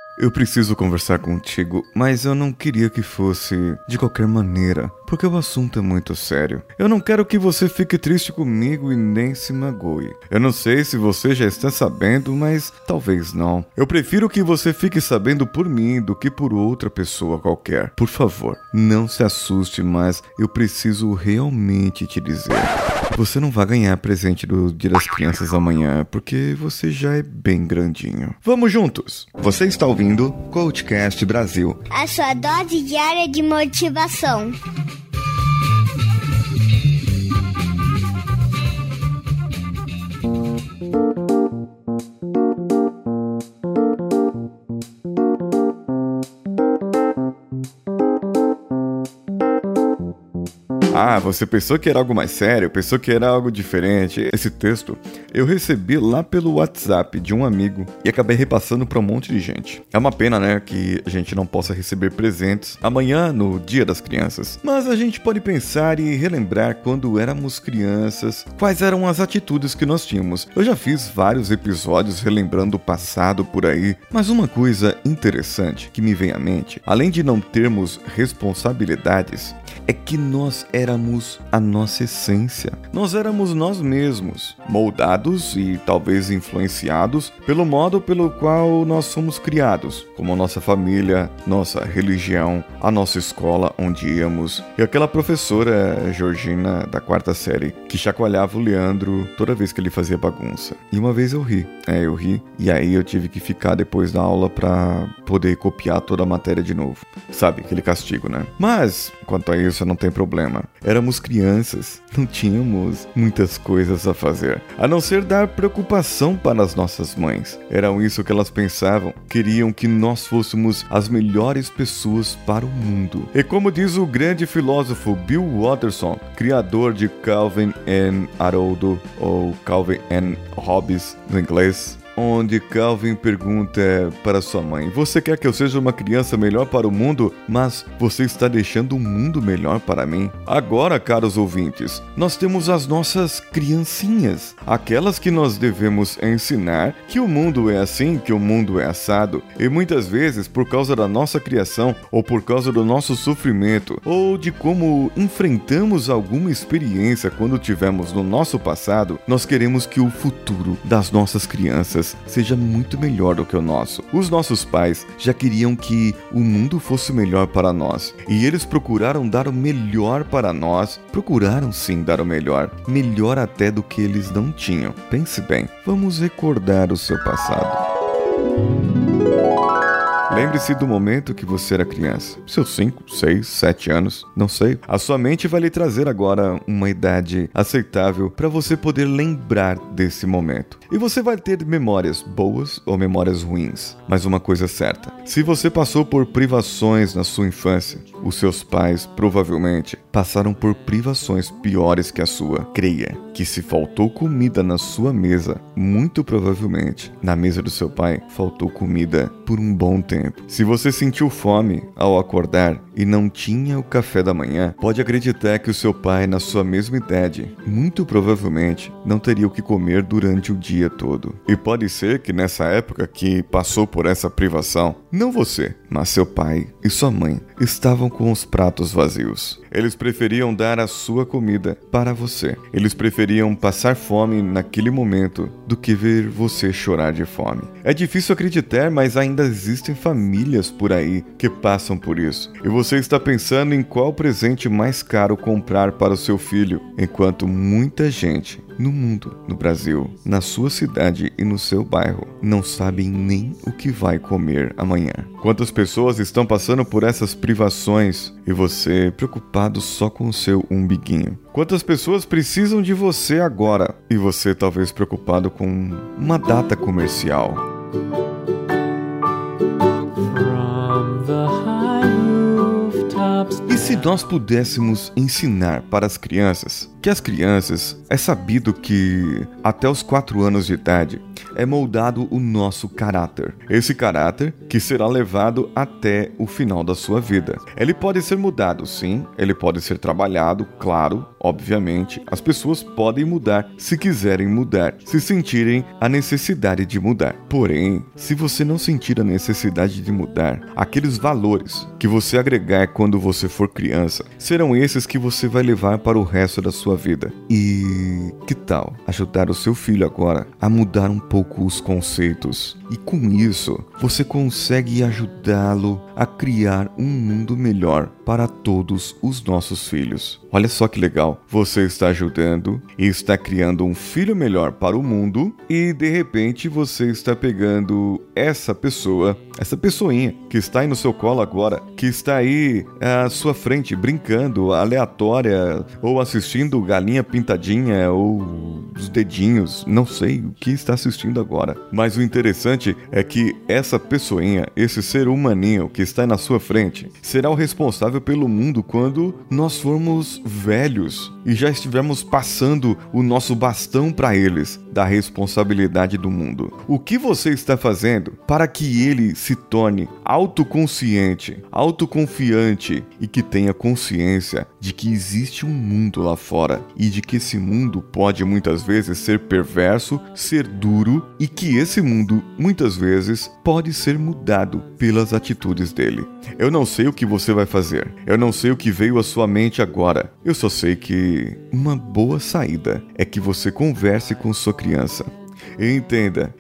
Eu preciso conversar contigo, mas eu não queria que fosse de qualquer maneira, porque o assunto é muito sério. Eu não quero que você fique triste comigo e nem se magoe. Eu não sei se você já está sabendo, mas talvez não. Eu prefiro que você fique sabendo por mim do que por outra pessoa qualquer. Por favor, não se assuste, mas eu preciso realmente te dizer. Você não vai ganhar presente do Dia das Crianças amanhã, porque você já é bem grandinho. Vamos juntos! Você está ouvindo Coachcast Brasil. A sua dose diária de motivação. Ah, você pensou que era algo mais sério? Pensou que era algo diferente? Esse texto eu recebi lá pelo WhatsApp de um amigo e acabei repassando para um monte de gente. É uma pena, né, que a gente não possa receber presentes amanhã no Dia das Crianças. Mas a gente pode pensar e relembrar quando éramos crianças, quais eram as atitudes que nós tínhamos. Eu já fiz vários episódios relembrando o passado por aí, mas uma coisa interessante que me vem à mente, além de não termos responsabilidades, é que nós éramos a nossa essência. Nós éramos nós mesmos, moldados e talvez influenciados pelo modo pelo qual nós fomos criados, como a nossa família, nossa religião, a nossa escola onde íamos e aquela professora Georgina da 4ª série que chacoalhava o Leandro toda vez que ele fazia bagunça. E uma vez eu ri, e aí eu tive que ficar depois da aula pra poder copiar toda a matéria de novo. Sabe, aquele castigo, né? Mas, quanto a isso, não tem problema. Éramos crianças, não tínhamos muitas coisas a fazer, a não ser dar preocupação para as nossas mães. Era isso que elas pensavam, queriam que nós fôssemos as melhores pessoas para o mundo. E como diz o grande filósofo Bill Watterson, criador de Calvin and Haroldo, ou Calvin and Hobbes no inglês, onde Calvin pergunta para sua mãe: você quer que eu seja uma criança melhor para o mundo, mas você está deixando o mundo melhor para mim? Agora, caros ouvintes, nós temos as nossas criancinhas, aquelas que nós devemos ensinar que o mundo é assim, que o mundo é assado, e muitas vezes por causa da nossa criação, ou por causa do nosso sofrimento, ou de como enfrentamos alguma experiência quando tivemos no nosso passado, nós queremos que o futuro das nossas crianças seja muito melhor do que o nosso. Os nossos pais já queriam que o mundo fosse melhor para nós, e eles procuraram dar o melhor para nós, procuraram sim dar o melhor até do que eles não tinham. Pense bem, vamos recordar o seu passado. Lembre-se do momento que você era criança, seus 5, 6, 7 anos, não sei. A sua mente vai lhe trazer agora uma idade aceitável para você poder lembrar desse momento. E você vai ter memórias boas ou memórias ruins. Mas uma coisa é certa, se você passou por privações na sua infância, os seus pais provavelmente passaram por privações piores que a sua. Creia que se faltou comida na sua mesa, muito provavelmente na mesa do seu pai faltou comida por um bom tempo. Se você sentiu fome ao acordar e não tinha o café da manhã, pode acreditar que o seu pai, na sua mesma idade, muito provavelmente não teria o que comer durante o dia todo. E pode ser que nessa época que passou por essa privação, não você, mas seu pai e sua mãe estavam com os pratos vazios. Eles preferiam dar a sua comida para você. Eles preferiam passar fome naquele momento do que ver você chorar de fome. É difícil acreditar, mas ainda existem famílias por aí que passam por isso. E você está pensando em qual presente mais caro comprar para o seu filho, enquanto muita gente no mundo, no Brasil, na sua cidade e no seu bairro, não sabem nem o que vai comer amanhã. Quantas pessoas estão passando por essas privações e você preocupado só com o seu umbiguinho? Quantas pessoas precisam de você agora e você talvez preocupado com uma data comercial? E se nós pudéssemos ensinar para as crianças que as crianças, é sabido que até os 4 anos de idade é moldado o nosso caráter. Esse caráter que será levado até o final da sua vida. Ele pode ser mudado, sim, ele pode ser trabalhado, claro, obviamente. As pessoas podem mudar se quiserem mudar, se sentirem a necessidade de mudar. Porém, se você não sentir a necessidade de mudar, aqueles valores que você agregar quando você for criança, serão esses que você vai levar para o resto da sua vida. E que tal ajudar o seu filho agora a mudar um pouco os conceitos? E com isso, você consegue ajudá-lo a criar um mundo melhor para todos os nossos filhos. Olha só que legal, você está ajudando e está criando um filho melhor para o mundo e de repente você está pegando essa pessoinha que está aí no seu colo agora, que está aí à sua frente brincando, aleatória, ou assistindo Galinha Pintadinha ou os dedinhos, não sei o que está assistindo agora. Mas o interessante é que essa pessoinha, esse ser humaninho que está na sua frente, será o responsável pelo mundo quando nós formos velhos e já estivermos passando o nosso bastão para eles da responsabilidade do mundo. O que você está fazendo para que ele se torne autoconsciente, autoconfiante e que tenha consciência de que existe um mundo lá fora e de que esse mundo pode muitas vezes ser perverso, ser duro e que esse mundo muitas vezes pode ser mudado pelas atitudes dele. Eu não sei o que você vai fazer, eu não sei o que veio à sua mente agora, eu só sei que uma boa saída é que você converse com sua criança. Entenda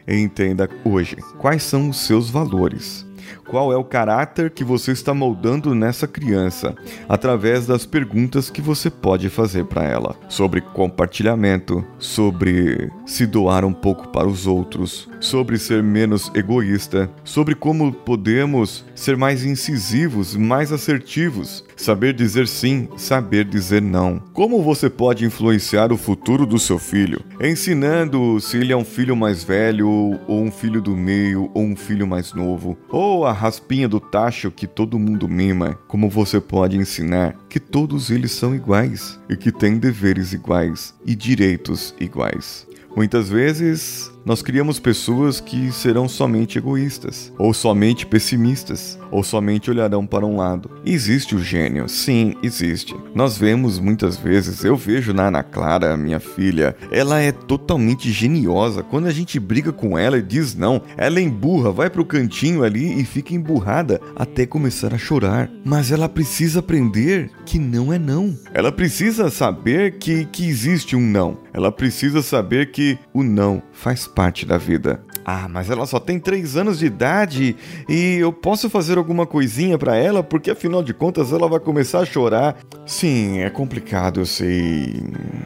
hoje quais são os seus valores. Qual é o caráter que você está moldando nessa criança através das perguntas que você pode fazer para ela sobre compartilhamento, sobre se doar um pouco para os outros, sobre ser menos egoísta, sobre como podemos ser mais incisivos, mais assertivos, saber dizer sim, saber dizer não. Como você pode influenciar o futuro do seu filho, ensinando se ele é um filho mais velho, ou um filho do meio, ou um filho mais novo, ou a raspinha do tacho que todo mundo mima. Como você pode ensinar que todos eles são iguais e que têm deveres iguais e direitos iguais. Muitas vezes nós criamos pessoas que serão somente egoístas, ou somente pessimistas, ou somente olharão para um lado. Existe o gênio, sim, existe. Nós vemos muitas vezes, eu vejo na Ana Clara, minha filha, ela é totalmente geniosa. Quando a gente briga com ela e diz não, ela emburra, vai pro cantinho ali e fica emburrada até começar a chorar. Mas ela precisa aprender que não é não. Ela precisa saber que existe um não. Ela precisa saber que o não faz parte da vida. Ah, mas ela só tem 3 anos de idade e eu posso fazer alguma coisinha pra ela porque afinal de contas ela vai começar a chorar. Sim, é complicado, eu sei.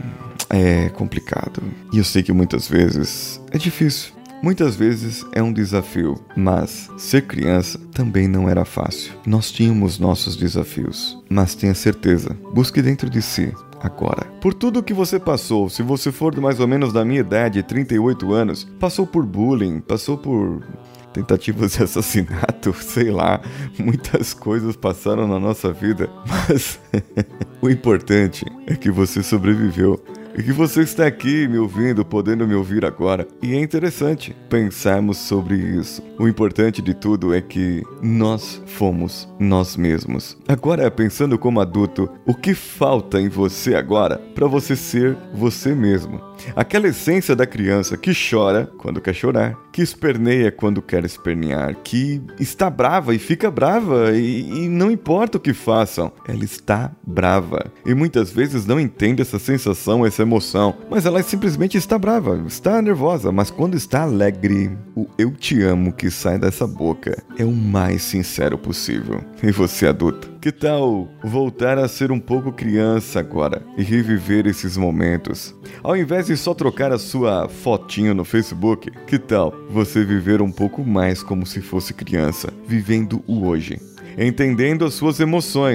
É complicado. E eu sei que muitas vezes é difícil. Muitas vezes é um desafio, mas ser criança também não era fácil. Nós tínhamos nossos desafios, mas tenha certeza, busque dentro de si agora. Por tudo que você passou, se você for mais ou menos da minha idade, 38 anos, passou por bullying, passou por tentativas de assassinato, sei lá, muitas coisas passaram na nossa vida, mas o importante é que você sobreviveu. E que você está aqui me ouvindo, podendo me ouvir agora. E é interessante pensarmos sobre isso. O importante de tudo é que nós fomos nós mesmos. Agora, pensando como adulto, o que falta em você agora para você ser você mesmo? Aquela essência da criança que chora quando quer chorar, que esperneia quando quer espernear, que está brava e fica brava e não importa o que façam, ela está brava. E muitas vezes não entende essa sensação, essa emoção, mas ela simplesmente está brava, está nervosa, mas quando está alegre, o eu te amo que sai dessa boca é o mais sincero possível. E você, adulto, que tal voltar a ser um pouco criança agora e reviver esses momentos? Ao invés de só trocar a sua fotinho no Facebook, que tal você viver um pouco mais como se fosse criança, vivendo o hoje, entendendo as suas emoções,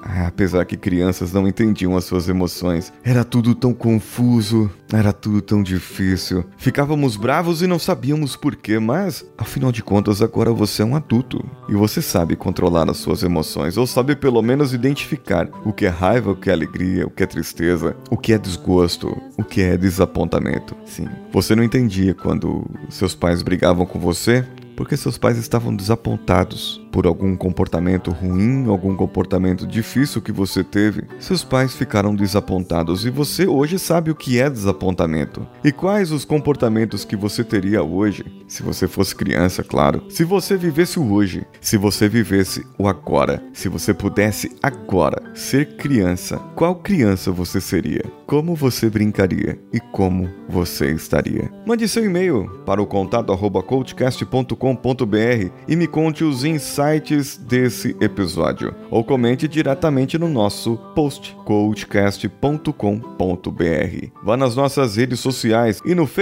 Apesar que crianças não entendiam as suas emoções. Era tudo tão confuso, era tudo tão difícil. Ficávamos bravos e não sabíamos porquê, mas, afinal de contas, agora você é um adulto. E você sabe controlar as suas emoções, ou sabe pelo menos identificar o que é raiva, o que é alegria, o que é tristeza, o que é desgosto, o que é desapontamento. Sim, você não entendia quando seus pais brigavam com você, porque seus pais estavam desapontados por algum comportamento ruim, algum comportamento difícil que você teve. Seus pais ficaram desapontados e você hoje sabe o que é desapontamento. E quais os comportamentos que você teria hoje, se você fosse criança, claro. Se você vivesse o hoje, se você vivesse o agora, se você pudesse agora ser criança, qual criança você seria? Como você brincaria? E como você estaria? Mande seu e-mail para o contato@coachcast.com.br e me conte os insights desse episódio, ou comente diretamente no nosso post coachcast.com.br. Vá nas nossas redes sociais e no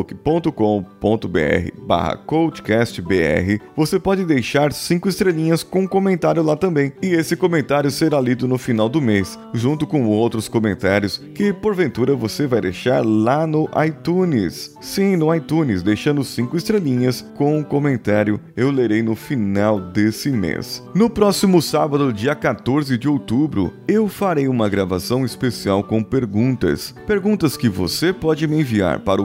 facebook.com.br/coachcastbr você pode deixar 5 estrelinhas com um comentário lá também, e esse comentário será lido no final do mês, junto com outros comentários que porventura você vai deixar lá no iTunes. Sim, no iTunes, deixando 5 estrelinhas com um comentário, eu lerei no final desse mês. No próximo sábado, dia 14 de outubro, eu farei uma gravação especial com perguntas que você pode me enviar para o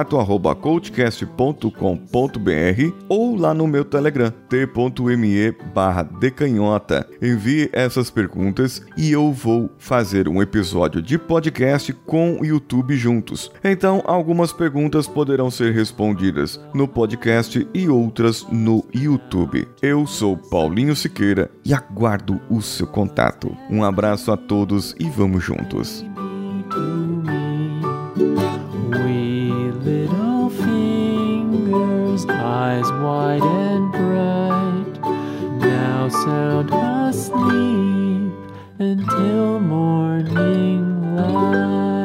contato@coachcast.com.br ou lá no meu Telegram, t.me/decanhota. Envie essas perguntas e eu vou fazer um episódio de podcast com o YouTube juntos. Então, algumas perguntas poderão ser respondidas no podcast e outras no YouTube. Eu sou Paulinho Siqueira e aguardo o seu contato. Um abraço a todos e vamos juntos. Eyes wide and bright, now sound asleep until morning light.